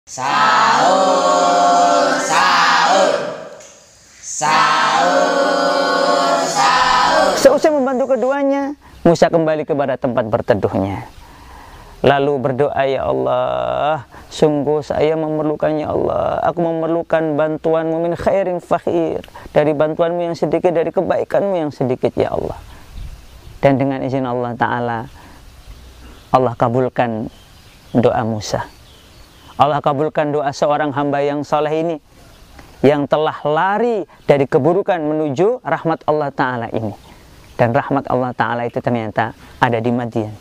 Sahur, sahur, sahur, sahur. Seusai membantu keduanya, Musa kembali kepada tempat berteduhnya. Lalu berdoa, ya Allah, sungguh saya memerlukannya Allah. Aku memerlukan bantuanmu min khairin fakhir. Dari bantuanmu yang sedikit, dari kebaikanmu yang sedikit, ya Allah. Dan dengan izin Allah Ta'ala, Allah kabulkan doa Musa. Allah kabulkan doa seorang hamba yang soleh ini, yang telah lari dari keburukan menuju rahmat Allah Ta'ala ini. Dan rahmat Allah Ta'ala itu ternyata ada di Madian.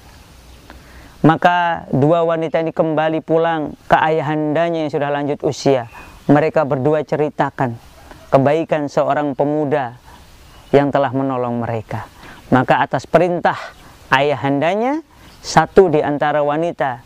Maka dua wanita ini kembali pulang ke ayahandanya yang sudah lanjut usia. Mereka berdua ceritakan kebaikan seorang pemuda yang telah menolong mereka. Maka atas perintah ayahandanya, satu di antara wanita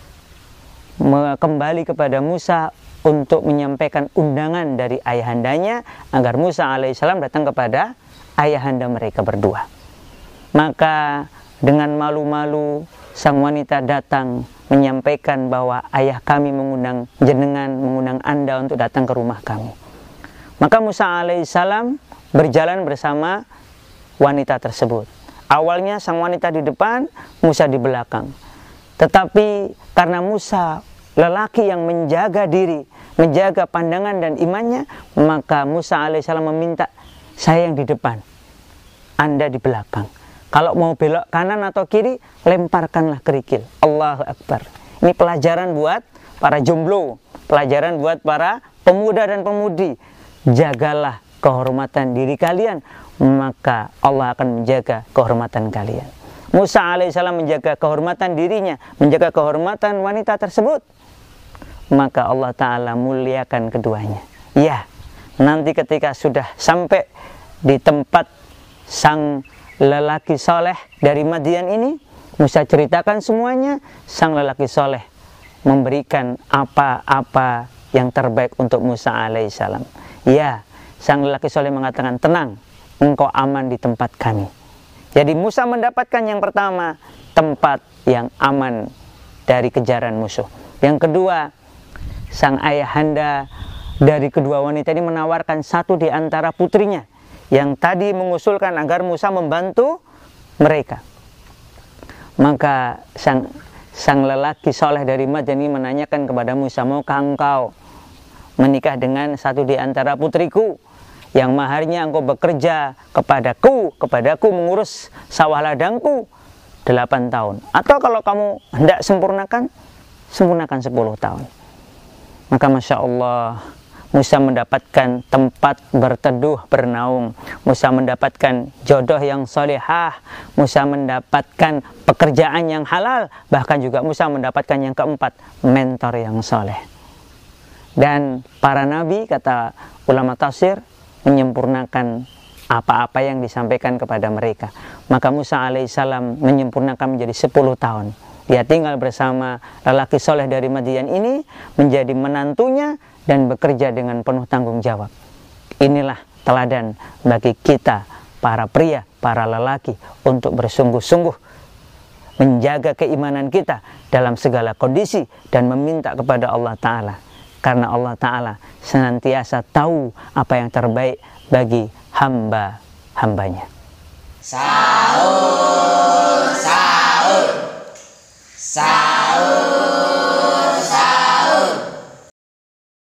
kembali kepada Musa untuk menyampaikan undangan dari ayahandanya agar Musa alaihissalam datang kepada ayahanda mereka berdua. Maka dengan malu-malu sang wanita datang menyampaikan bahwa ayah kami mengundang jenengan, mengundang anda untuk datang ke rumah kami. Maka Musa alaihissalam berjalan bersama wanita tersebut. Awalnya sang wanita di depan, Musa di belakang. Tetapi karena Musa lelaki yang menjaga diri, menjaga pandangan dan imannya, maka Musa alaihissalam meminta, saya yang di depan, anda di belakang. Kalau mau belok kanan atau kiri, lemparkanlah kerikil. Allahu Akbar. Ini pelajaran buat para jomblo, pelajaran buat para pemuda dan pemudi. Jagalah kehormatan diri kalian, maka Allah akan menjaga kehormatan kalian. Musa alaihissalam menjaga kehormatan dirinya, menjaga kehormatan wanita tersebut, maka Allah Ta'ala muliakan keduanya. Ya, nanti ketika sudah sampai di tempat sang lelaki soleh dari Madian ini, Musa ceritakan semuanya. Sang lelaki soleh memberikan apa-apa yang terbaik untuk Musa alaihissalam. Ya, sang lelaki soleh mengatakan, tenang, engkau aman di tempat kami. Jadi Musa mendapatkan yang pertama, tempat yang aman dari kejaran musuh. Yang kedua, sang ayahanda dari kedua wanita ini menawarkan satu di antara putrinya yang tadi mengusulkan agar Musa membantu mereka. Maka sang lelaki soleh dari Madian ini menanyakan kepada Musa, maukah engkau menikah dengan satu di antara putriku yang maharnya engkau bekerja kepadaku mengurus sawah ladangku 8 tahun. Atau kalau kamu hendak sempurnakan 10 tahun. Maka Masya Allah, Musa mendapatkan tempat berteduh bernaung. Musa mendapatkan jodoh yang solehah. Musa mendapatkan pekerjaan yang halal. Bahkan juga Musa mendapatkan yang keempat, mentor yang soleh. Dan para nabi, kata ulama tafsir, menyempurnakan apa-apa yang disampaikan kepada mereka. Maka Musa alaihissalam menyempurnakan menjadi 10 tahun. Dia tinggal bersama lelaki soleh dari Madian ini, menjadi menantunya dan bekerja dengan penuh tanggung jawab. Inilah teladan bagi kita, para pria, para lelaki, untuk bersungguh-sungguh menjaga keimanan kita dalam segala kondisi dan meminta kepada Allah Ta'ala. Karena Allah Ta'ala senantiasa tahu apa yang terbaik bagi hamba-hambanya. Sahur, sahur, sahur.